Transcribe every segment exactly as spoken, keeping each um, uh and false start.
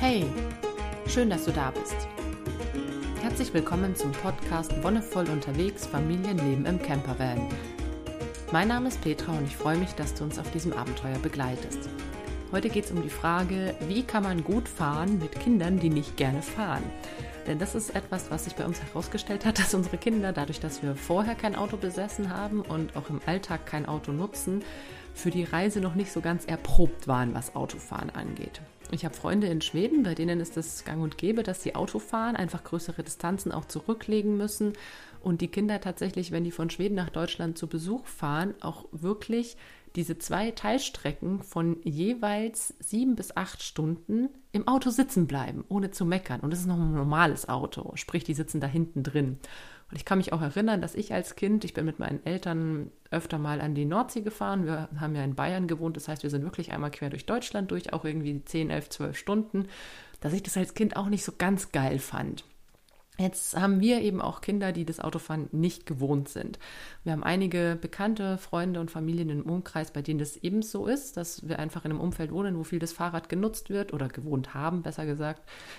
Hey, schön, dass du da bist. Herzlich willkommen zum Podcast Wonnevoll unterwegs, Familienleben im Campervan. Mein Name ist Petra und ich freue mich, dass du uns auf diesem Abenteuer begleitest. Heute geht es um die Frage, wie kann man gut fahren mit Kindern, die nicht gerne fahren? Denn das ist etwas, was sich bei uns herausgestellt hat, dass unsere Kinder, dadurch, dass wir vorher kein Auto besessen haben und auch im Alltag kein Auto nutzen, für die Reise noch nicht so ganz erprobt waren, was Autofahren angeht. Ich habe Freunde in Schweden, bei denen ist es gang und gäbe, dass sie Auto fahren, einfach größere Distanzen auch zurücklegen müssen und die Kinder tatsächlich, wenn die von Schweden nach Deutschland zu Besuch fahren, auch wirklich diese zwei Teilstrecken von jeweils sieben bis acht Stunden im Auto sitzen bleiben, ohne zu meckern. Und das ist noch ein normales Auto, sprich, die sitzen da hinten drin. Und ich kann mich auch erinnern, dass ich als Kind, ich bin mit meinen Eltern öfter mal an die Nordsee gefahren. Wir haben ja in Bayern gewohnt, das heißt, wir sind wirklich einmal quer durch Deutschland durch, auch irgendwie zehn, elf, zwölf Stunden, dass ich das als Kind auch nicht so ganz geil fand. Jetzt haben wir eben auch Kinder, die das Autofahren nicht gewohnt sind. Wir haben einige bekannte Freunde und Familien im Umkreis, bei denen das ebenso ist, dass wir einfach in einem Umfeld wohnen, wo viel das Fahrrad genutzt wird oder gewohnt haben, besser gesagt,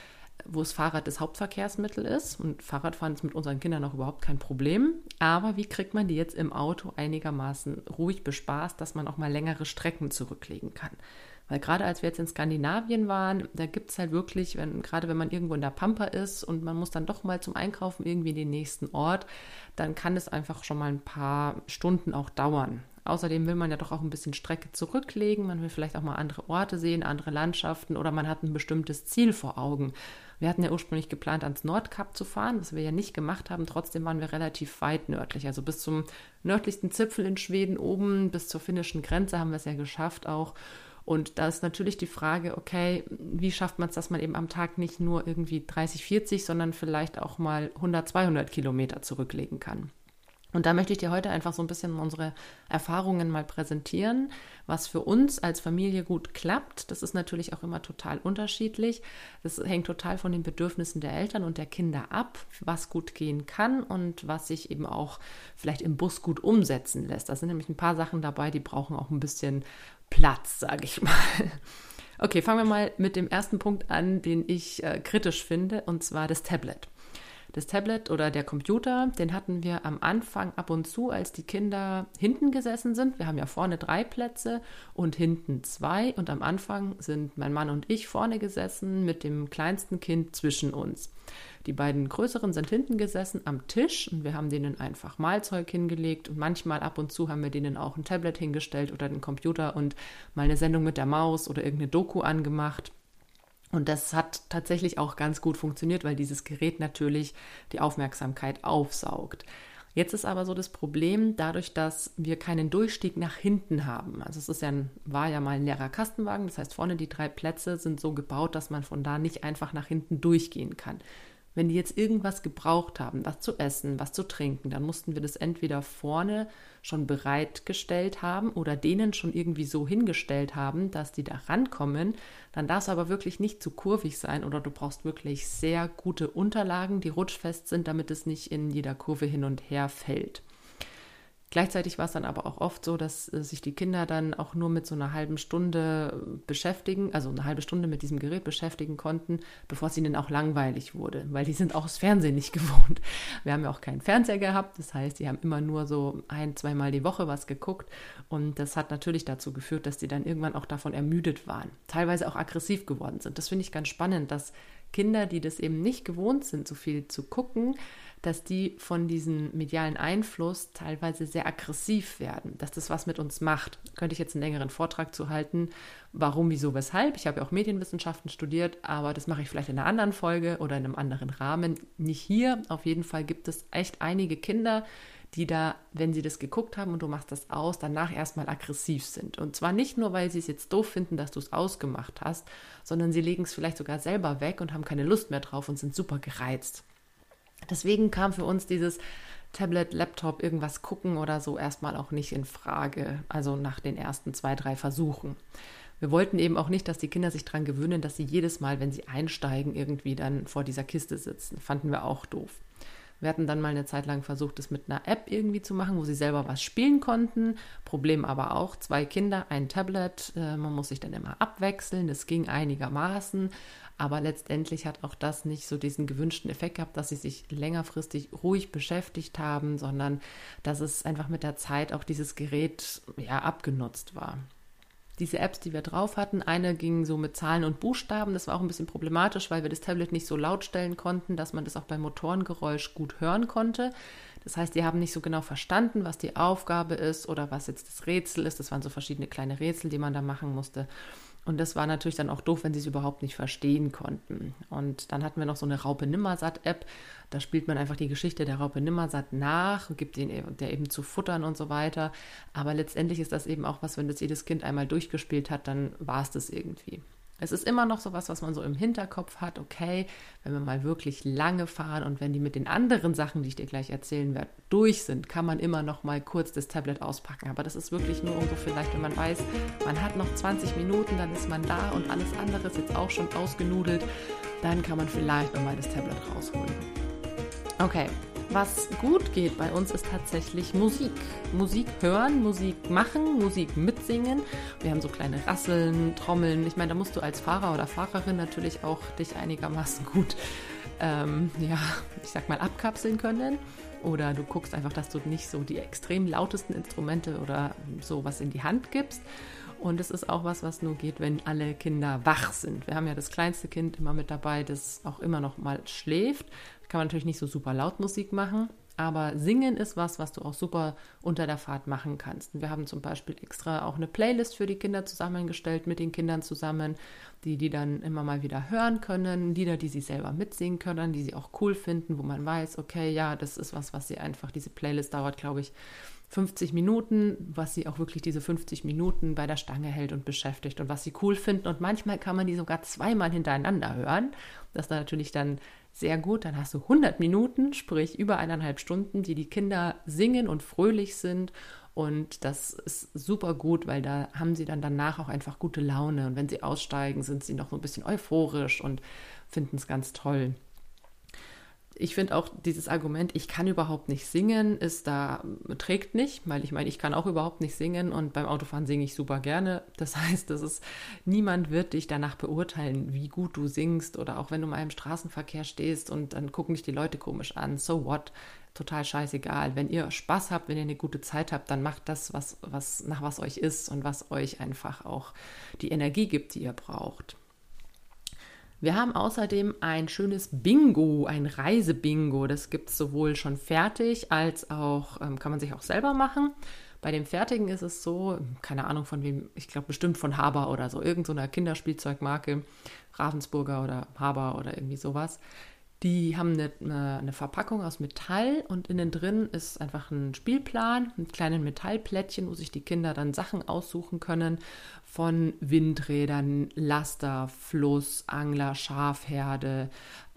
wo das Fahrrad das Hauptverkehrsmittel ist. Und Fahrradfahren ist mit unseren Kindern auch überhaupt kein Problem. Aber wie kriegt man die jetzt im Auto einigermaßen ruhig bespaßt, dass man auch mal längere Strecken zurücklegen kann? Weil gerade als wir jetzt in Skandinavien waren, da gibt es halt wirklich, wenn, gerade wenn man irgendwo in der Pampa ist und man muss dann doch mal zum Einkaufen irgendwie in den nächsten Ort, dann kann es einfach schon mal ein paar Stunden auch dauern. Außerdem will man ja doch auch ein bisschen Strecke zurücklegen, man will vielleicht auch mal andere Orte sehen, andere Landschaften oder man hat ein bestimmtes Ziel vor Augen. Wir hatten ja ursprünglich geplant, ans Nordkap zu fahren, was wir ja nicht gemacht haben. Trotzdem waren wir relativ weit nördlich, also bis zum nördlichsten Zipfel in Schweden oben, bis zur finnischen Grenze haben wir es ja geschafft auch. Und da ist natürlich die Frage, okay, wie schafft man es, dass man eben am Tag nicht nur irgendwie dreißig, vierzig, sondern vielleicht auch mal hundert, zweihundert Kilometer zurücklegen kann. Und da möchte ich dir heute einfach so ein bisschen unsere Erfahrungen mal präsentieren, was für uns als Familie gut klappt. Das ist natürlich auch immer total unterschiedlich. Das hängt total von den Bedürfnissen der Eltern und der Kinder ab, was gut gehen kann und was sich eben auch vielleicht im Bus gut umsetzen lässt. Da sind nämlich ein paar Sachen dabei, die brauchen auch ein bisschen Platz, sage ich mal. Okay, fangen wir mal mit dem ersten Punkt an, den ich äh, kritisch finde, und zwar das Tablet. Das Tablet oder der Computer, den hatten wir am Anfang ab und zu, als die Kinder hinten gesessen sind. Wir haben ja vorne drei Plätze und hinten zwei. Und am Anfang sind mein Mann und ich vorne gesessen mit dem kleinsten Kind zwischen uns. Die beiden Größeren sind hinten gesessen am Tisch und wir haben denen einfach Mahlzeug hingelegt. Und manchmal ab und zu haben wir denen auch ein Tablet hingestellt oder den Computer und mal eine Sendung mit der Maus oder irgendeine Doku angemacht. Und das hat tatsächlich auch ganz gut funktioniert, weil dieses Gerät natürlich die Aufmerksamkeit aufsaugt. Jetzt ist aber so das Problem, dadurch, dass wir keinen Durchstieg nach hinten haben. Also es ist ja ein, war ja mal ein leerer Kastenwagen, das heißt vorne die drei Plätze sind so gebaut, dass man von da nicht einfach nach hinten durchgehen kann. Wenn die jetzt irgendwas gebraucht haben, was zu essen, was zu trinken, dann mussten wir das entweder vorne schon bereitgestellt haben oder denen schon irgendwie so hingestellt haben, dass die da rankommen. Dann darf es aber wirklich nicht zu kurvig sein oder du brauchst wirklich sehr gute Unterlagen, die rutschfest sind, damit es nicht in jeder Kurve hin und her fällt. Gleichzeitig war es dann aber auch oft so, dass äh, sich die Kinder dann auch nur mit so einer halben Stunde beschäftigen, also eine halbe Stunde mit diesem Gerät beschäftigen konnten, bevor es ihnen auch langweilig wurde, weil die sind auch das Fernsehen nicht gewohnt. Wir haben ja auch keinen Fernseher gehabt, das heißt, die haben immer nur so ein-, zweimal die Woche was geguckt und das hat natürlich dazu geführt, dass die dann irgendwann auch davon ermüdet waren, teilweise auch aggressiv geworden sind. Das finde ich ganz spannend, dass Kinder, die das eben nicht gewohnt sind, so viel zu gucken, dass die von diesem medialen Einfluss teilweise sehr aggressiv werden, dass das was mit uns macht. Da könnte ich jetzt einen längeren Vortrag zu halten, warum, wieso, weshalb. Ich habe ja auch Medienwissenschaften studiert, aber das mache ich vielleicht in einer anderen Folge oder in einem anderen Rahmen. Nicht hier. Auf jeden Fall gibt es echt einige Kinder, die da, wenn sie das geguckt haben und du machst das aus, danach erstmal aggressiv sind. Und zwar nicht nur, weil sie es jetzt doof finden, dass du es ausgemacht hast, sondern sie legen es vielleicht sogar selber weg und haben keine Lust mehr drauf und sind super gereizt. Deswegen kam für uns dieses Tablet, Laptop, irgendwas gucken oder so erstmal auch nicht in Frage, also nach den ersten zwei, drei Versuchen. Wir wollten eben auch nicht, dass die Kinder sich daran gewöhnen, dass sie jedes Mal, wenn sie einsteigen, irgendwie dann vor dieser Kiste sitzen. Fanden wir auch doof. Wir hatten dann mal eine Zeit lang versucht, das mit einer App irgendwie zu machen, wo sie selber was spielen konnten. Problem aber auch, zwei Kinder, ein Tablet, äh, man muss sich dann immer abwechseln. Das ging einigermaßen, aber letztendlich hat auch das nicht so diesen gewünschten Effekt gehabt, dass sie sich längerfristig ruhig beschäftigt haben, sondern dass es einfach mit der Zeit auch dieses Gerät ja abgenutzt war. Diese Apps, die wir drauf hatten, eine ging so mit Zahlen und Buchstaben. Das war auch ein bisschen problematisch, weil wir das Tablet nicht so laut stellen konnten, dass man das auch beim Motorengeräusch gut hören konnte. Das heißt, die haben nicht so genau verstanden, was die Aufgabe ist oder was jetzt das Rätsel ist. Das waren so verschiedene kleine Rätsel, die man da machen musste. Und das war natürlich dann auch doof, wenn sie es überhaupt nicht verstehen konnten. Und dann hatten wir noch so eine Raupe-Nimmersatt-App. Da spielt man einfach die Geschichte der Raupe Nimmersatt nach und gibt den der eben zu futtern und so weiter. Aber letztendlich ist das eben auch was, wenn das jedes Kind einmal durchgespielt hat, dann war es das irgendwie. Es ist immer noch so was, was man so im Hinterkopf hat, okay, wenn wir mal wirklich lange fahren und wenn die mit den anderen Sachen, die ich dir gleich erzählen werde, durch sind, kann man immer noch mal kurz das Tablet auspacken. Aber das ist wirklich nur um so vielleicht, wenn man weiß, man hat noch zwanzig Minuten, dann ist man da und alles andere ist jetzt auch schon ausgenudelt, dann kann man vielleicht noch mal das Tablet rausholen. Okay, was gut geht bei uns ist tatsächlich Musik. Musik hören, Musik machen, Musik mitsingen. Wir haben so kleine Rasseln, Trommeln. Ich meine, da musst du als Fahrer oder Fahrerin natürlich auch dich einigermaßen gut, ähm, ja, ich sag mal, abkapseln können. Oder du guckst einfach, dass du nicht so die extrem lautesten Instrumente oder sowas in die Hand gibst. Und es ist auch was, was nur geht, wenn alle Kinder wach sind. Wir haben ja das kleinste Kind immer mit dabei, das auch immer noch mal schläft. Da kann man natürlich nicht so super laut Musik machen, aber singen ist was, was du auch super unter der Fahrt machen kannst. Und wir haben zum Beispiel extra auch eine Playlist für die Kinder zusammengestellt, mit den Kindern zusammen, die die dann immer mal wieder hören können, Lieder, die sie selber mitsingen können, die sie auch cool finden, wo man weiß, okay, ja, das ist was, was sie einfach, diese Playlist dauert, glaube ich, fünfzig Minuten, was sie auch wirklich diese fünfzig Minuten bei der Stange hält und beschäftigt und was sie cool finden. Und manchmal kann man die sogar zweimal hintereinander hören. Das ist natürlich dann sehr gut. Dann hast du hundert Minuten, sprich über eineinhalb Stunden, die die Kinder singen und fröhlich sind. Und das ist super gut, weil da haben sie dann danach auch einfach gute Laune. Und wenn sie aussteigen, sind sie noch so ein bisschen euphorisch und finden es ganz toll. Ich finde auch dieses Argument, ich kann überhaupt nicht singen, ist da, trägt nicht, weil ich meine, ich kann auch überhaupt nicht singen und beim Autofahren singe ich super gerne. Das heißt, das ist, niemand wird dich danach beurteilen, wie gut du singst oder auch wenn du mal im Straßenverkehr stehst und dann gucken dich die Leute komisch an. So what? Total scheißegal. Wenn ihr Spaß habt, wenn ihr eine gute Zeit habt, dann macht das, was, was nach was euch ist und was euch einfach auch die Energie gibt, die ihr braucht. Wir haben außerdem ein schönes Bingo, ein Reisebingo. Das gibt es sowohl schon fertig, als auch, ähm, kann man sich auch selber machen. Bei dem Fertigen ist es so, keine Ahnung von wem, ich glaube bestimmt von Haber oder so, irgend so einer Kinderspielzeugmarke, Ravensburger oder Haber oder irgendwie sowas. Die haben eine, eine Verpackung aus Metall und innen drin ist einfach ein Spielplan mit kleinen Metallplättchen, wo sich die Kinder dann Sachen aussuchen können von Windrädern, Laster, Fluss, Angler, Schafherde,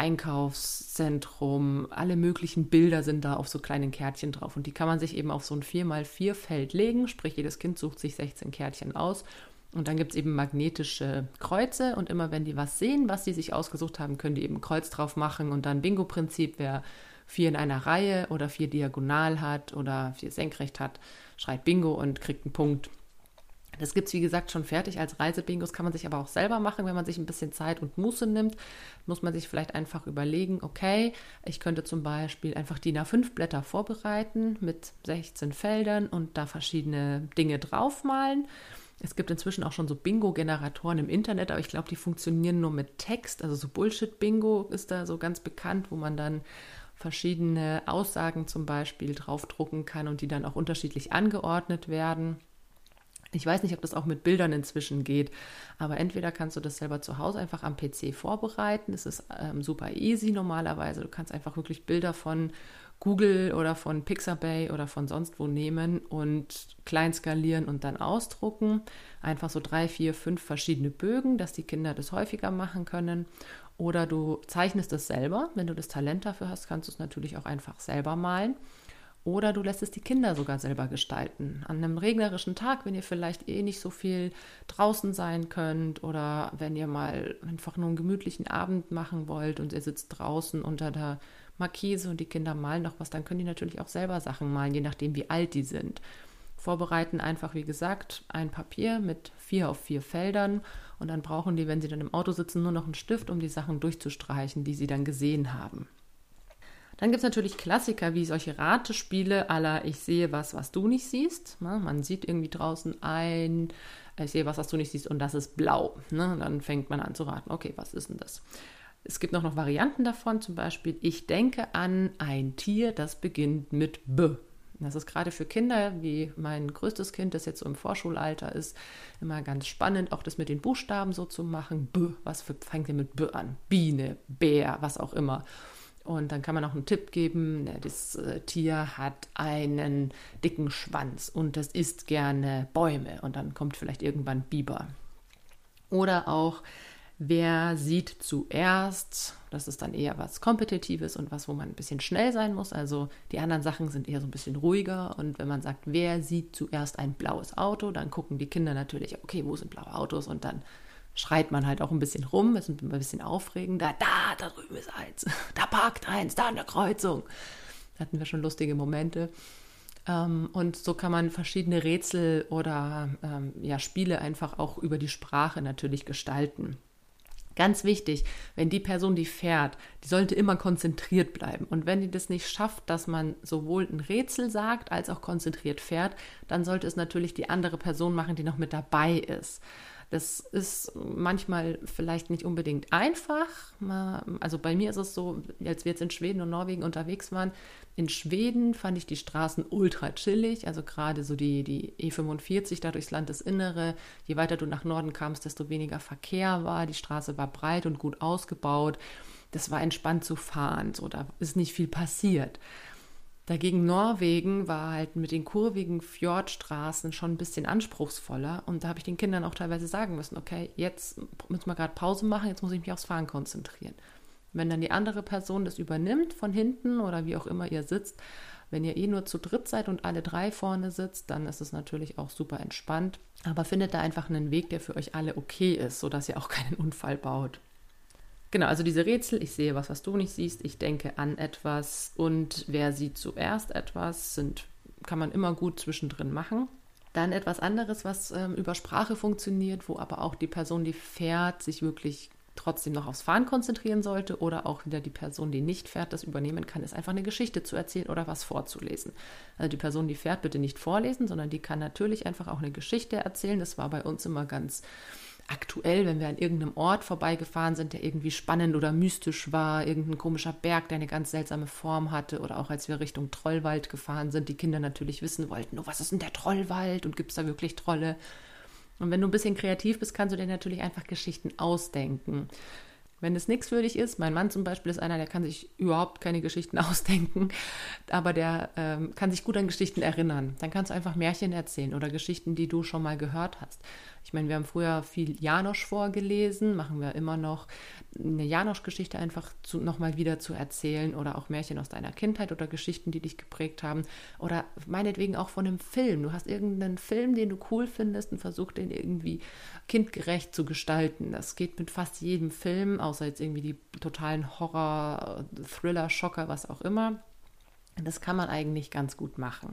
Einkaufszentrum, alle möglichen Bilder sind da auf so kleinen Kärtchen drauf und die kann man sich eben auf so ein vier mal vier Feld legen, sprich jedes Kind sucht sich sechzehn Kärtchen aus. Und dann gibt es eben magnetische Kreuze und immer wenn die was sehen, was sie sich ausgesucht haben, können die eben ein Kreuz drauf machen und dann Bingo-Prinzip, wer vier in einer Reihe oder vier diagonal hat oder vier senkrecht hat, schreit Bingo und kriegt einen Punkt. Das gibt es, wie gesagt, schon fertig als Reisebingos, kann man sich aber auch selber machen, wenn man sich ein bisschen Zeit und Muße nimmt, muss man sich vielleicht einfach überlegen, okay, ich könnte zum Beispiel einfach D I N A fünf Blätter vorbereiten mit sechzehn Feldern und da verschiedene Dinge draufmalen. Es gibt inzwischen auch schon so Bingo-Generatoren im Internet, aber ich glaube, die funktionieren nur mit Text. Also so Bullshit-Bingo ist da so ganz bekannt, wo man dann verschiedene Aussagen zum Beispiel draufdrucken kann und die dann auch unterschiedlich angeordnet werden. Ich weiß nicht, ob das auch mit Bildern inzwischen geht, aber entweder kannst du das selber zu Hause einfach am P C vorbereiten. Es ist ähm, super easy normalerweise. Du kannst einfach wirklich Bilder von Google oder von Pixabay oder von sonst wo nehmen und klein skalieren und dann ausdrucken. Einfach so drei, vier, fünf verschiedene Bögen, dass die Kinder das häufiger machen können. Oder du zeichnest es selber. Wenn du das Talent dafür hast, kannst du es natürlich auch einfach selber malen. Oder du lässt es die Kinder sogar selber gestalten. An einem regnerischen Tag, wenn ihr vielleicht eh nicht so viel draußen sein könnt oder wenn ihr mal einfach nur einen gemütlichen Abend machen wollt und ihr sitzt draußen unter der Markise und die Kinder malen noch was, dann können die natürlich auch selber Sachen malen, je nachdem wie alt die sind. Vorbereiten einfach, wie gesagt, ein Papier mit vier auf vier Feldern und dann brauchen die, wenn sie dann im Auto sitzen, nur noch einen Stift, um die Sachen durchzustreichen, die sie dann gesehen haben. Dann gibt es natürlich Klassiker wie solche Ratespiele à la ich sehe was, was du nicht siehst. Ne? Man sieht irgendwie draußen ein, ich sehe was, was du nicht siehst und das ist blau. Ne? Dann fängt man an zu raten, okay, was ist denn das? Es gibt auch noch Varianten davon, zum Beispiel ich denke an ein Tier, das beginnt mit B. Das ist gerade für Kinder, wie mein größtes Kind, das jetzt so im Vorschulalter ist, immer ganz spannend, auch das mit den Buchstaben so zu machen. B, was für, fängt ihr mit B an? Biene, Bär, was auch immer. Und dann kann man auch einen Tipp geben, das Tier hat einen dicken Schwanz und das isst gerne Bäume und dann kommt vielleicht irgendwann Biber. Oder auch, wer sieht zuerst, das ist dann eher was Kompetitives und was, wo man ein bisschen schnell sein muss. Also die anderen Sachen sind eher so ein bisschen ruhiger. Und wenn man sagt, wer sieht zuerst ein blaues Auto, dann gucken die Kinder natürlich, okay, wo sind blaue Autos? Und dann schreit man halt auch ein bisschen rum, ist ein bisschen aufregender. Da, da drüben ist eins, da parkt eins, da an der Kreuzung. Da hatten wir schon lustige Momente. Und so kann man verschiedene Rätsel oder ähm, ja, Spiele einfach auch über die Sprache natürlich gestalten. Ganz wichtig, wenn die Person, die fährt, die sollte immer konzentriert bleiben. Und wenn die das nicht schafft, dass man sowohl ein Rätsel sagt, als auch konzentriert fährt, dann sollte es natürlich die andere Person machen, die noch mit dabei ist. Das ist manchmal vielleicht nicht unbedingt einfach. Also bei mir ist es so, als wir jetzt in Schweden und Norwegen unterwegs waren, in Schweden fand ich die Straßen ultra chillig, also gerade so die, die E fünfundvierzig da durchs Landesinnere. Je weiter du nach Norden kamst, desto weniger Verkehr war. Die Straße war breit und gut ausgebaut. Das war entspannt zu fahren, so, da ist nicht viel passiert. Dagegen Norwegen war halt mit den kurvigen Fjordstraßen schon ein bisschen anspruchsvoller und da habe ich den Kindern auch teilweise sagen müssen, okay, jetzt müssen wir gerade Pause machen, jetzt muss ich mich aufs Fahren konzentrieren. Wenn dann die andere Person das übernimmt von hinten oder wie auch immer ihr sitzt, wenn ihr eh nur zu dritt seid und alle drei vorne sitzt, dann ist es natürlich auch super entspannt, aber findet da einfach einen Weg, der für euch alle okay ist, sodass ihr auch keinen Unfall baut. Genau, also diese Rätsel, ich sehe was, was du nicht siehst, ich denke an etwas und wer sieht zuerst etwas, sind, kann man immer gut zwischendrin machen. Dann etwas anderes, was ähm, über Sprache funktioniert, wo aber auch die Person, die fährt, sich wirklich trotzdem noch aufs Fahren konzentrieren sollte oder auch wieder die Person, die nicht fährt, das übernehmen kann, ist einfach eine Geschichte zu erzählen oder was vorzulesen. Also die Person, die fährt, bitte nicht vorlesen, sondern die kann natürlich einfach auch eine Geschichte erzählen. Das war bei uns immer ganz aktuell, wenn wir an irgendeinem Ort vorbeigefahren sind, der irgendwie spannend oder mystisch war, irgendein komischer Berg, der eine ganz seltsame Form hatte oder auch als wir Richtung Trollwald gefahren sind, die Kinder natürlich wissen wollten, oh, was ist denn der Trollwald und gibt es da wirklich Trolle? Und wenn du ein bisschen kreativ bist, kannst du dir natürlich einfach Geschichten ausdenken. Wenn es nichts für dich ist, mein Mann zum Beispiel ist einer, der kann sich überhaupt keine Geschichten ausdenken, aber der ähm, kann sich gut an Geschichten erinnern. Dann kannst du einfach Märchen erzählen oder Geschichten, die du schon mal gehört hast. Ich meine, wir haben früher viel Janosch vorgelesen, machen wir immer noch, eine Janosch-Geschichte einfach zu, nochmal wieder zu erzählen oder auch Märchen aus deiner Kindheit oder Geschichten, die dich geprägt haben oder meinetwegen auch von einem Film. Du hast irgendeinen Film, den du cool findest und versuch den irgendwie kindgerecht zu gestalten. Das geht mit fast jedem Film, außer jetzt irgendwie die totalen Horror, Thriller, Schocker, was auch immer. Das kann man eigentlich ganz gut machen.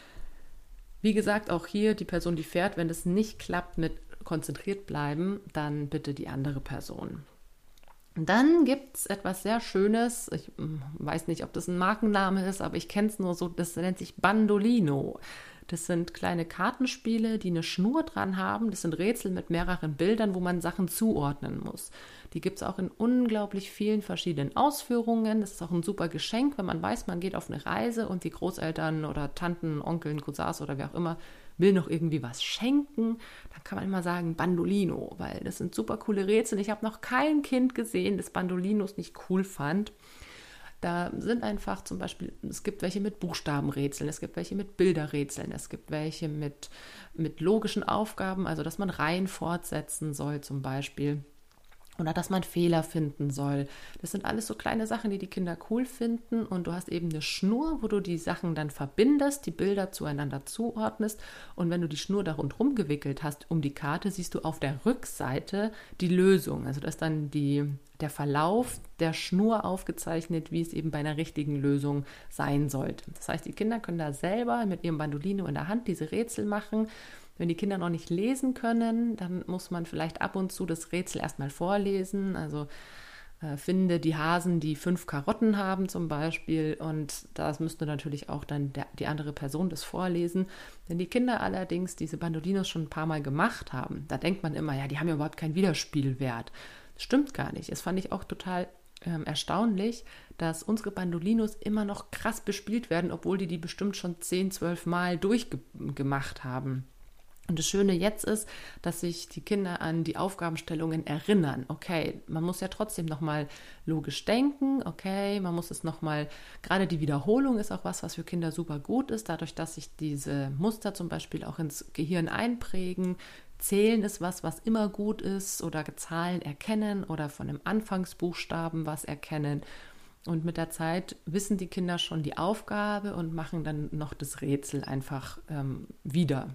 Wie gesagt, auch hier die Person, die fährt, wenn es nicht klappt mit konzentriert bleiben, dann bitte die andere Person. Und dann gibt es etwas sehr Schönes, ich weiß nicht, ob das ein Markenname ist, aber ich kenne es nur so, das nennt sich Bandolino. Das sind kleine Kartenspiele, die eine Schnur dran haben. Das sind Rätsel mit mehreren Bildern, wo man Sachen zuordnen muss. Die gibt es auch in unglaublich vielen verschiedenen Ausführungen. Das ist auch ein super Geschenk, wenn man weiß, man geht auf eine Reise und die Großeltern oder Tanten, Onkeln, Cousins oder wer auch immer will noch irgendwie was schenken. Dann kann man immer sagen Bandolino, weil das sind super coole Rätsel. Ich habe noch kein Kind gesehen, das Bandolinos nicht cool fand. Da sind einfach zum Beispiel, es gibt welche mit Buchstabenrätseln, es gibt welche mit Bilderrätseln, es gibt welche mit, mit logischen Aufgaben, also dass man Reihen fortsetzen soll zum Beispiel. oder dass man Fehler finden soll. Das sind alles so kleine Sachen, die die Kinder cool finden und du hast eben eine Schnur, wo du die Sachen dann verbindest, die Bilder zueinander zuordnest und wenn du die Schnur da rundherum gewickelt hast um die Karte, siehst du auf der Rückseite die Lösung. Also das ist dann die, der Verlauf der Schnur aufgezeichnet, wie es eben bei einer richtigen Lösung sein sollte. Das heißt, die Kinder können da selber mit ihrem Bandolino in der Hand diese Rätsel machen. Wenn die Kinder noch nicht lesen können, dann muss man vielleicht ab und zu das Rätsel erstmal vorlesen. Also äh, finde die Hasen, die fünf Karotten haben zum Beispiel. Und das müsste natürlich auch dann der, die andere Person das vorlesen. Wenn die Kinder allerdings diese Bandolinos schon ein paar Mal gemacht haben, da denkt man immer, ja, die haben ja überhaupt keinen Wiederspielwert. Das stimmt gar nicht. Das fand ich auch total ähm, erstaunlich, dass unsere Bandolinos immer noch krass bespielt werden, obwohl die die bestimmt schon zehn, zwölf Mal durchgemacht haben. Und das Schöne jetzt ist, dass sich die Kinder an die Aufgabenstellungen erinnern. Okay, man muss ja trotzdem nochmal logisch denken. Okay, man muss es nochmal, gerade die Wiederholung ist auch was, was für Kinder super gut ist. Dadurch, dass sich diese Muster zum Beispiel auch ins Gehirn einprägen. Zählen ist was, was immer gut ist oder Zahlen erkennen oder von einem Anfangsbuchstaben was erkennen. Und mit der Zeit wissen die Kinder schon die Aufgabe und machen dann noch das Rätsel einfach ähm, wieder.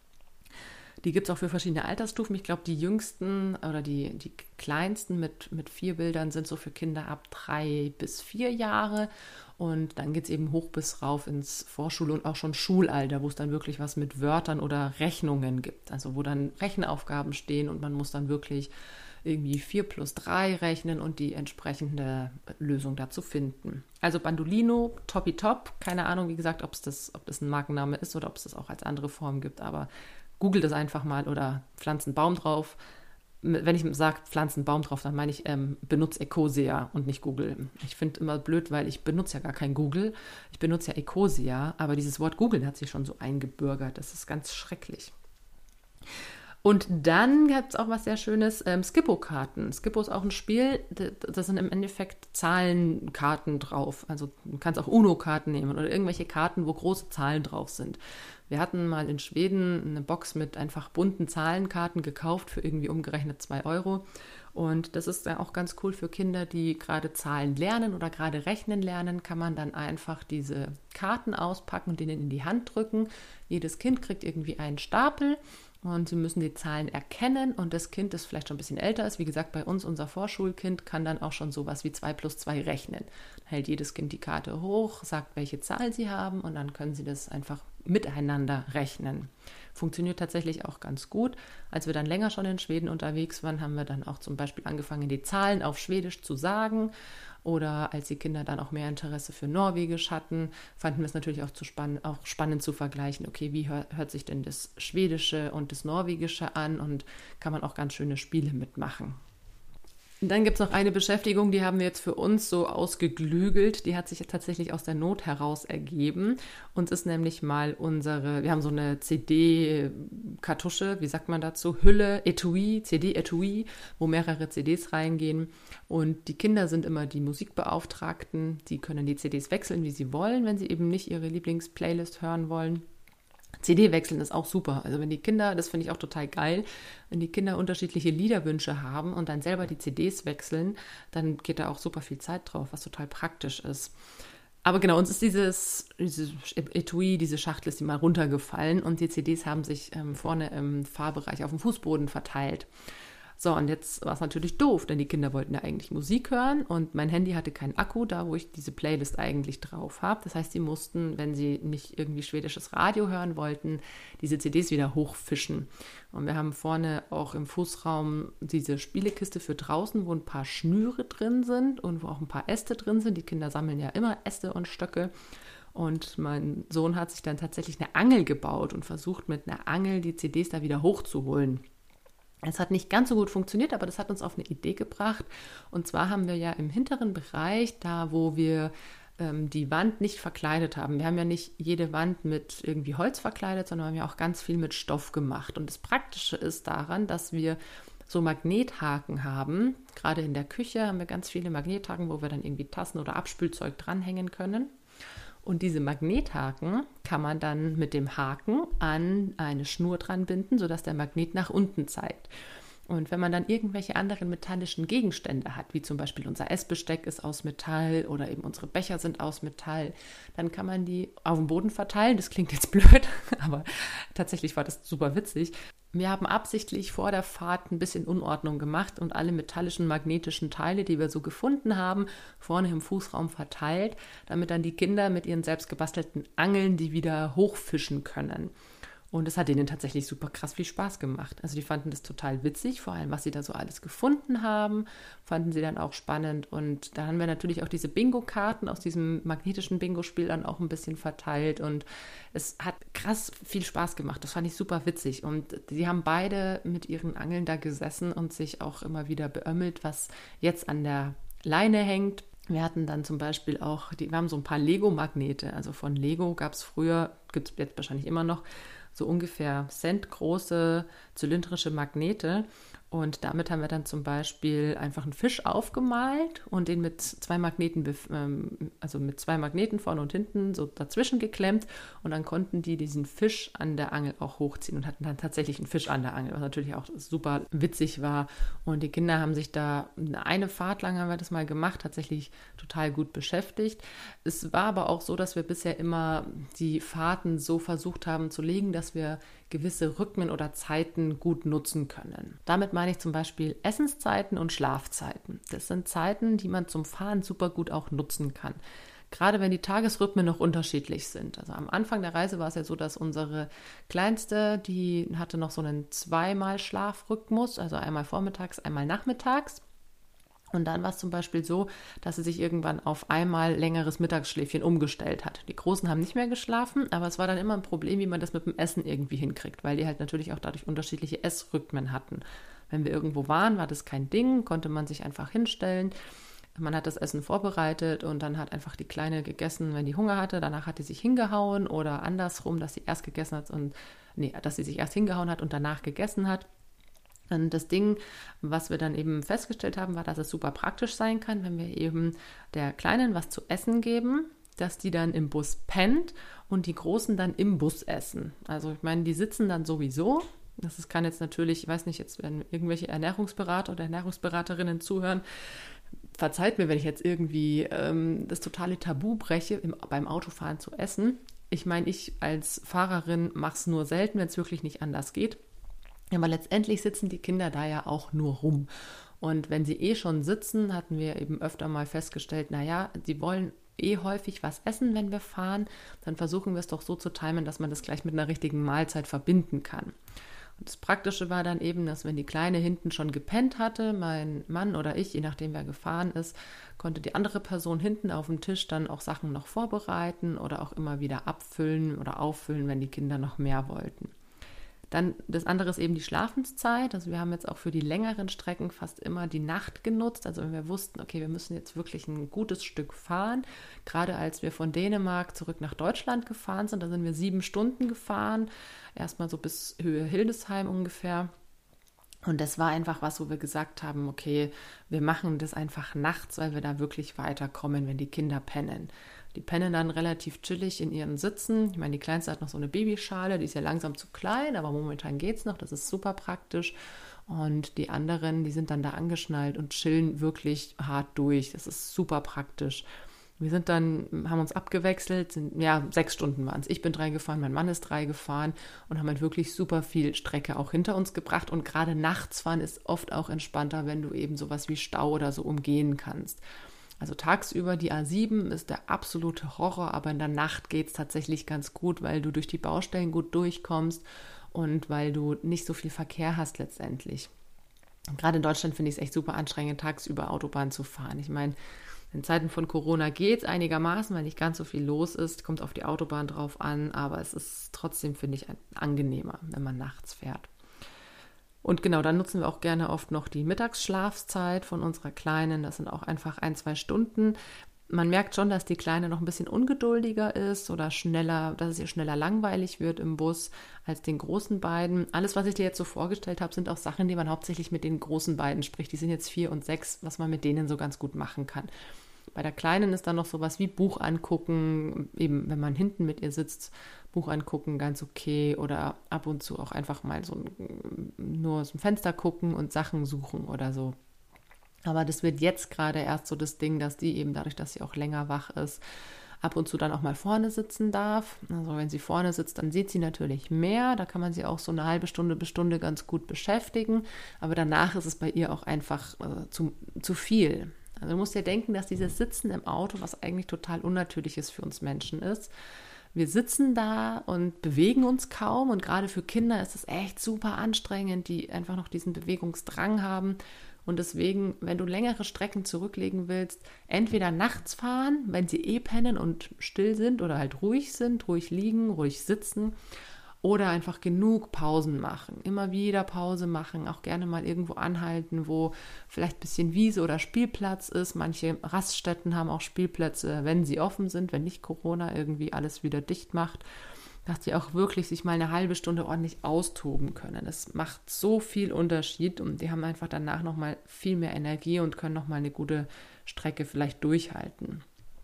Die gibt es auch für verschiedene Altersstufen. Ich glaube, die jüngsten oder die, die kleinsten mit, mit vier Bildern sind so für Kinder ab drei bis vier Jahre. Und dann geht es eben hoch bis rauf ins Vorschul- und auch schon Schulalter, wo es dann wirklich was mit Wörtern oder Rechnungen gibt. Also wo dann Rechenaufgaben stehen und man muss dann wirklich irgendwie vier plus drei rechnen und die entsprechende Lösung dazu finden. Also Bandolino, Toppi-Top. Keine Ahnung, wie gesagt, ob's das, ob das ein Markenname ist oder ob es das auch als andere Form gibt, aber googelt es einfach mal oder pflanzt einen Baum drauf. Wenn ich sage, pflanzt einen Baum drauf, dann meine ich, ähm, benutze Ecosia und nicht Google. Ich finde immer blöd, weil ich benutze ja gar kein Google. Ich benutze ja Ecosia, aber dieses Wort Google hat sich schon so eingebürgert. Das ist ganz schrecklich. Und dann gibt es auch was sehr Schönes, ähm, Skippo-Karten. Skippo ist auch ein Spiel, das sind im Endeffekt Zahlenkarten drauf. Also du kannst auch Uno-Karten nehmen oder irgendwelche Karten, wo große Zahlen drauf sind. Wir hatten mal in Schweden eine Box mit einfach bunten Zahlenkarten gekauft für irgendwie umgerechnet zwei Euro. Und das ist ja auch ganz cool für Kinder, die gerade Zahlen lernen oder gerade rechnen lernen, kann man dann einfach diese Karten auspacken und denen in die Hand drücken. Jedes Kind kriegt irgendwie einen Stapel. Und sie müssen die Zahlen erkennen und das Kind, das vielleicht schon ein bisschen älter ist, wie gesagt, bei uns, unser Vorschulkind, kann dann auch schon sowas wie zwei plus zwei rechnen. Dann hält jedes Kind die Karte hoch, sagt, welche Zahl sie haben und dann können sie das einfach miteinander rechnen. Funktioniert tatsächlich auch ganz gut. Als wir dann länger schon in Schweden unterwegs waren, haben wir dann auch zum Beispiel angefangen, die Zahlen auf Schwedisch zu sagen. Oder als die Kinder dann auch mehr Interesse für Norwegisch hatten, fanden wir es natürlich auch, zu spann- auch spannend zu vergleichen, okay, wie hör- hört sich denn das Schwedische und das Norwegische an und kann man auch ganz schöne Spiele mitmachen. Und dann gibt es noch eine Beschäftigung, die haben wir jetzt für uns so ausgeklügelt, die hat sich jetzt tatsächlich aus der Not heraus ergeben. Uns ist nämlich mal unsere, wir haben so eine C D-Kartusche, wie sagt man dazu, Hülle, Etui, C D-Etui, wo mehrere C Ds reingehen und die Kinder sind immer die Musikbeauftragten, die können die C Ds wechseln, wie sie wollen, wenn sie eben nicht ihre Lieblingsplaylist hören wollen. C D wechseln ist auch super. Also wenn die Kinder, das finde ich auch total geil, wenn die Kinder unterschiedliche Liederwünsche haben und dann selber die C Ds wechseln, dann geht da auch super viel Zeit drauf, was total praktisch ist. Aber genau, uns ist dieses, dieses Etui, diese Schachtel ist die mal runtergefallen und die C Ds haben sich ähm, vorne im Fahrbereich auf dem Fußboden verteilt. So, und jetzt war es natürlich doof, denn die Kinder wollten ja eigentlich Musik hören und mein Handy hatte keinen Akku, da wo ich diese Playlist eigentlich drauf habe. Das heißt, sie mussten, wenn sie nicht irgendwie schwedisches Radio hören wollten, diese C Ds wieder hochfischen. Und wir haben vorne auch im Fußraum diese Spielekiste für draußen, wo ein paar Schnüre drin sind und wo auch ein paar Äste drin sind. Die Kinder sammeln ja immer Äste und Stöcke. Und mein Sohn hat sich dann tatsächlich eine Angel gebaut und versucht mit einer Angel die C Ds da wieder hochzuholen. Es hat nicht ganz so gut funktioniert, aber das hat uns auf eine Idee gebracht. Und zwar haben wir ja im hinteren Bereich, da wo wir ähm, die Wand nicht verkleidet haben. Wir haben ja nicht jede Wand mit irgendwie Holz verkleidet, sondern wir haben ja auch ganz viel mit Stoff gemacht. Und das Praktische ist daran, dass wir so Magnethaken haben. Gerade in der Küche haben wir ganz viele Magnethaken, wo wir dann irgendwie Tassen oder Abspülzeug dranhängen können. Und diese Magnethaken kann man dann mit dem Haken an eine Schnur dran binden, sodass der Magnet nach unten zeigt. Und wenn man dann irgendwelche anderen metallischen Gegenstände hat, wie zum Beispiel unser Essbesteck ist aus Metall oder eben unsere Becher sind aus Metall, dann kann man die auf dem Boden verteilen. Das klingt jetzt blöd, aber tatsächlich war das super witzig. Wir haben absichtlich vor der Fahrt ein bisschen Unordnung gemacht und alle metallischen, magnetischen Teile, die wir so gefunden haben, vorne im Fußraum verteilt, damit dann die Kinder mit ihren selbst gebastelten Angeln die wieder hochfischen können. Und es hat ihnen tatsächlich super krass viel Spaß gemacht. Also die fanden das total witzig, vor allem was sie da so alles gefunden haben, fanden sie dann auch spannend. Und da haben wir natürlich auch diese Bingo-Karten aus diesem magnetischen Bingo-Spiel dann auch ein bisschen verteilt. Und es hat krass viel Spaß gemacht. Das fand ich super witzig. Und die haben beide mit ihren Angeln da gesessen und sich auch immer wieder beömmelt, was jetzt an der Leine hängt. Wir hatten dann zum Beispiel auch, die, wir haben so ein paar Lego-Magnete. Also von Lego gab es früher, gibt es jetzt wahrscheinlich immer noch, so ungefähr centgroße zylindrische Magnete. Und damit haben wir dann zum Beispiel einfach einen Fisch aufgemalt und den mit zwei Magneten, also mit zwei Magneten vorne und hinten so dazwischen geklemmt. Und dann konnten die diesen Fisch an der Angel auch hochziehen und hatten dann tatsächlich einen Fisch an der Angel, was natürlich auch super witzig war. Und die Kinder haben sich da eine Fahrt lang, haben wir das mal gemacht, tatsächlich total gut beschäftigt. Es war aber auch so, dass wir bisher immer die Fahrten so versucht haben zu legen, dass wir gewisse Rhythmen oder Zeiten gut nutzen können. Damit meine ich zum Beispiel Essenszeiten und Schlafzeiten. Das sind Zeiten, die man zum Fahren super gut auch nutzen kann. Gerade wenn die Tagesrhythmen noch unterschiedlich sind. Also am Anfang der Reise war es ja so, dass unsere Kleinste, die hatte noch so einen zweimal Schlafrhythmus, also einmal vormittags, einmal nachmittags. Und dann war es zum Beispiel so, dass sie sich irgendwann auf einmal längeres Mittagsschläfchen umgestellt hat. Die Großen haben nicht mehr geschlafen, aber es war dann immer ein Problem, wie man das mit dem Essen irgendwie hinkriegt, weil die halt natürlich auch dadurch unterschiedliche Essrhythmen hatten. Wenn wir irgendwo waren, war das kein Ding, konnte man sich einfach hinstellen. Man hat das Essen vorbereitet und dann hat einfach die Kleine gegessen, wenn die Hunger hatte. Danach hat sie sich hingehauen oder andersrum, dass sie erst gegessen hat und, nee, dass sie sich erst hingehauen hat und danach gegessen hat. Und das Ding, was wir dann eben festgestellt haben, war, dass es super praktisch sein kann, wenn wir eben der Kleinen was zu essen geben, dass die dann im Bus pennt und die Großen dann im Bus essen. Also ich meine, die sitzen dann sowieso. Das ist, kann jetzt natürlich, ich weiß nicht, jetzt werden irgendwelche Ernährungsberater oder Ernährungsberaterinnen zuhören. Verzeiht mir, wenn ich jetzt irgendwie ähm, das totale Tabu breche, im, beim Autofahren zu essen. Ich meine, ich als Fahrerin mache es nur selten, wenn es wirklich nicht anders geht. Aber letztendlich sitzen die Kinder da ja auch nur rum. Und wenn sie eh schon sitzen, hatten wir eben öfter mal festgestellt, naja, sie wollen eh häufig was essen, wenn wir fahren. Dann versuchen wir es doch so zu timen, dass man das gleich mit einer richtigen Mahlzeit verbinden kann. Und das Praktische war dann eben, dass wenn die Kleine hinten schon gepennt hatte, mein Mann oder ich, je nachdem wer gefahren ist, konnte die andere Person hinten auf dem Tisch dann auch Sachen noch vorbereiten oder auch immer wieder abfüllen oder auffüllen, wenn die Kinder noch mehr wollten. Dann das andere ist eben die Schlafenszeit. Also wir haben jetzt auch für die längeren Strecken fast immer die Nacht genutzt. Also wenn wir wussten, okay, wir müssen jetzt wirklich ein gutes Stück fahren. Gerade als wir von Dänemark zurück nach Deutschland gefahren sind, da sind wir sieben Stunden gefahren. Erstmal so bis Höhe Hildesheim ungefähr. Und das war einfach was, wo wir gesagt haben, okay, wir machen das einfach nachts, weil wir da wirklich weiterkommen, wenn die Kinder pennen. Die pennen dann relativ chillig in ihren Sitzen. Ich meine, die Kleinste hat noch so eine Babyschale, die ist ja langsam zu klein, aber momentan geht's noch, das ist super praktisch. Und die anderen, die sind dann da angeschnallt und chillen wirklich hart durch. Das ist super praktisch. Wir sind dann, haben uns abgewechselt, sind, ja, sechs Stunden waren es. Ich bin drei gefahren, mein Mann ist drei gefahren und haben halt wirklich super viel Strecke auch hinter uns gebracht. Und gerade nachts fahren ist oft auch entspannter, wenn du eben sowas wie Stau oder so umgehen kannst. Also tagsüber die A sieben ist der absolute Horror, aber in der Nacht geht es tatsächlich ganz gut, weil du durch die Baustellen gut durchkommst und weil du nicht so viel Verkehr hast letztendlich. Und gerade in Deutschland finde ich es echt super anstrengend, tagsüber Autobahn zu fahren. Ich meine, in Zeiten von Corona geht es einigermaßen, weil nicht ganz so viel los ist, kommt auf die Autobahn drauf an, aber es ist trotzdem, finde ich, angenehmer, wenn man nachts fährt. Und genau, dann nutzen wir auch gerne oft noch die Mittagsschlafzeit von unserer Kleinen. Das sind auch einfach ein, zwei Stunden. Man merkt schon, dass die Kleine noch ein bisschen ungeduldiger ist oder schneller, dass es ihr schneller langweilig wird im Bus als den großen beiden. Alles, was ich dir jetzt so vorgestellt habe, sind auch Sachen, die man hauptsächlich mit den großen beiden spricht. Die sind jetzt vier und sechs, was man mit denen so ganz gut machen kann. Bei der Kleinen ist dann noch sowas wie Buch angucken, eben wenn man hinten mit ihr sitzt, Buch angucken, ganz okay. Oder ab und zu auch einfach mal so nur aus dem Fenster gucken und Sachen suchen oder so. Aber das wird jetzt gerade erst so das Ding, dass die eben dadurch, dass sie auch länger wach ist, ab und zu dann auch mal vorne sitzen darf. Also wenn sie vorne sitzt, dann sieht sie natürlich mehr. Da kann man sie auch so eine halbe Stunde bis Stunde ganz gut beschäftigen. Aber danach ist es bei ihr auch einfach äh, zu, zu viel. Also du musst dir denken, dass dieses Sitzen im Auto, was eigentlich total Unnatürliches für uns Menschen ist, wir sitzen da und bewegen uns kaum und gerade für Kinder ist es echt super anstrengend, die einfach noch diesen Bewegungsdrang haben. Und deswegen, wenn du längere Strecken zurücklegen willst, entweder nachts fahren, wenn sie eh pennen und still sind oder halt ruhig sind, ruhig liegen, ruhig sitzen, oder einfach genug Pausen machen. Immer wieder Pause machen, auch gerne mal irgendwo anhalten, wo vielleicht ein bisschen Wiese oder Spielplatz ist. Manche Raststätten haben auch Spielplätze, wenn sie offen sind, wenn nicht Corona irgendwie alles wieder dicht macht, dass die auch wirklich sich mal eine halbe Stunde ordentlich austoben können. Das macht so viel Unterschied und die haben einfach danach nochmal viel mehr Energie und können nochmal eine gute Strecke vielleicht durchhalten.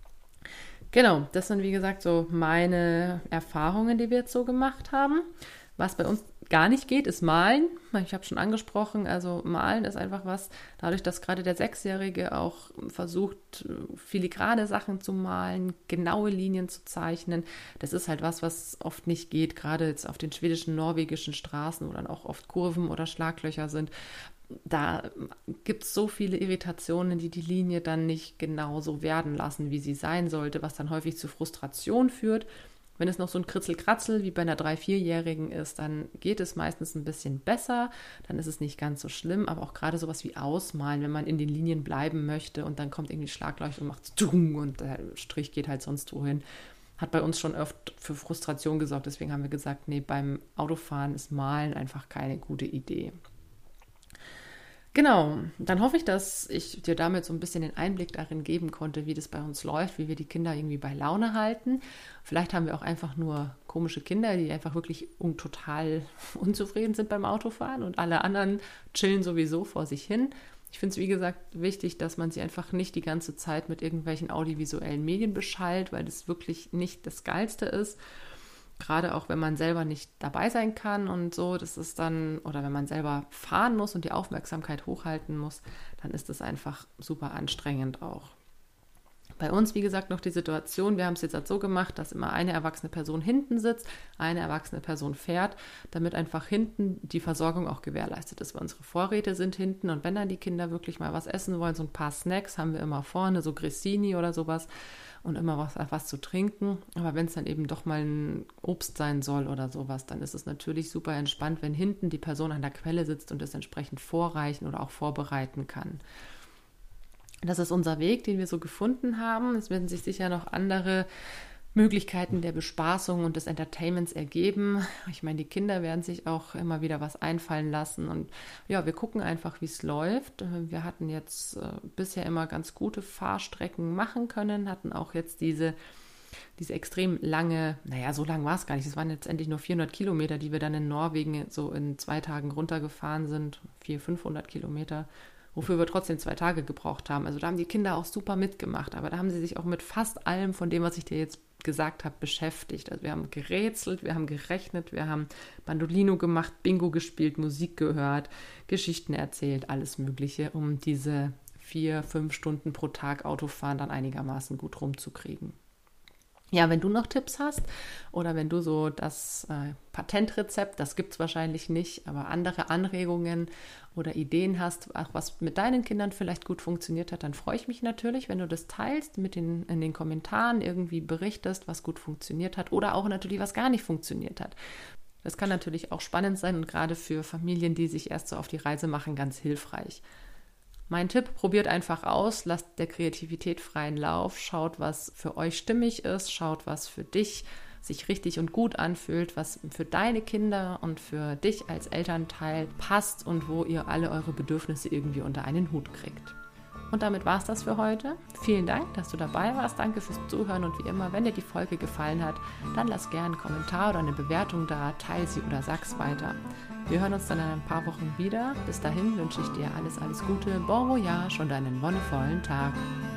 Genau, das sind wie gesagt so meine Erfahrungen, die wir jetzt so gemacht haben. Was bei uns gar nicht geht, ist Malen. Ich habe schon angesprochen, also Malen ist einfach was, dadurch, dass gerade der Sechsjährige auch versucht, filigrane Sachen zu malen, genaue Linien zu zeichnen. Das ist halt was, was oft nicht geht, gerade jetzt auf den schwedischen, norwegischen Straßen, wo dann auch oft Kurven oder Schlaglöcher sind. Da gibt es so viele Irritationen, die die Linie dann nicht genau so werden lassen, wie sie sein sollte, was dann häufig zu Frustration führt. Wenn es noch so ein Kritzel-Kratzel wie bei einer drei-, vierjährigen ist, dann geht es meistens ein bisschen besser, dann ist es nicht ganz so schlimm, aber auch gerade sowas wie Ausmalen, wenn man in den Linien bleiben möchte und dann kommt irgendwie Schlagleucht und macht Dung und der Strich geht halt sonst wohin, hat bei uns schon oft für Frustration gesorgt. Deswegen haben wir gesagt, nee, beim Autofahren ist Malen einfach keine gute Idee. Genau, dann hoffe ich, dass ich dir damit so ein bisschen den Einblick darin geben konnte, wie das bei uns läuft, wie wir die Kinder irgendwie bei Laune halten. Vielleicht haben wir auch einfach nur komische Kinder, die einfach wirklich un- total unzufrieden sind beim Autofahren und alle anderen chillen sowieso vor sich hin. Ich finde es, wie gesagt, wichtig, dass man sie einfach nicht die ganze Zeit mit irgendwelchen audiovisuellen Medien beschallt, weil das wirklich nicht das Geilste ist. Gerade auch, wenn man selber nicht dabei sein kann und so, das ist dann, oder wenn man selber fahren muss und die Aufmerksamkeit hochhalten muss, dann ist das einfach super anstrengend auch. Bei uns, wie gesagt, noch die Situation, wir haben es jetzt halt so gemacht, dass immer eine erwachsene Person hinten sitzt, eine erwachsene Person fährt, damit einfach hinten die Versorgung auch gewährleistet ist, weil unsere Vorräte sind hinten und wenn dann die Kinder wirklich mal was essen wollen, so ein paar Snacks haben wir immer vorne, so Grissini oder sowas, und immer was, was zu trinken. Aber wenn es dann eben doch mal ein Obst sein soll oder sowas, dann ist es natürlich super entspannt, wenn hinten die Person an der Quelle sitzt und es entsprechend vorreichen oder auch vorbereiten kann. Das ist unser Weg, den wir so gefunden haben. Es werden sich sicher noch andere Möglichkeiten der Bespaßung und des Entertainments ergeben. Ich meine, die Kinder werden sich auch immer wieder was einfallen lassen und ja, wir gucken einfach, wie es läuft. Wir hatten jetzt äh, bisher immer ganz gute Fahrstrecken machen können, hatten auch jetzt diese, diese extrem lange, naja, so lang war es gar nicht, es waren letztendlich nur vierhundert Kilometer, die wir dann in Norwegen so in zwei Tagen runtergefahren sind, vierhundert, fünfhundert Kilometer, wofür wir trotzdem zwei Tage gebraucht haben. Also da haben die Kinder auch super mitgemacht, aber da haben sie sich auch mit fast allem von dem, was ich dir jetzt gesagt habe, beschäftigt. Also wir haben gerätselt, wir haben gerechnet, wir haben Bandolino gemacht, Bingo gespielt, Musik gehört, Geschichten erzählt, alles Mögliche, um diese vier, fünf Stunden pro Tag Autofahren dann einigermaßen gut rumzukriegen. Ja, wenn du noch Tipps hast oder wenn du so das äh, Patentrezept, das gibt es wahrscheinlich nicht, aber andere Anregungen oder Ideen hast, auch was mit deinen Kindern vielleicht gut funktioniert hat, dann freue ich mich natürlich, wenn du das teilst, mit den, in den Kommentaren irgendwie berichtest, was gut funktioniert hat oder auch natürlich, was gar nicht funktioniert hat. Das kann natürlich auch spannend sein und gerade für Familien, die sich erst so auf die Reise machen, ganz hilfreich. Mein Tipp, probiert einfach aus, lasst der Kreativität freien Lauf, schaut, was für euch stimmig ist, schaut, was für dich sich richtig und gut anfühlt, was für deine Kinder und für dich als Elternteil passt und wo ihr alle eure Bedürfnisse irgendwie unter einen Hut kriegt. Und damit war es das für heute. Vielen Dank, dass du dabei warst. Danke fürs Zuhören und wie immer, wenn dir die Folge gefallen hat, dann lass gerne einen Kommentar oder eine Bewertung da, teile sie oder sag's weiter. Wir hören uns dann in ein paar Wochen wieder. Bis dahin wünsche ich dir alles, alles Gute, bon voyage und einen wonnevollen Tag.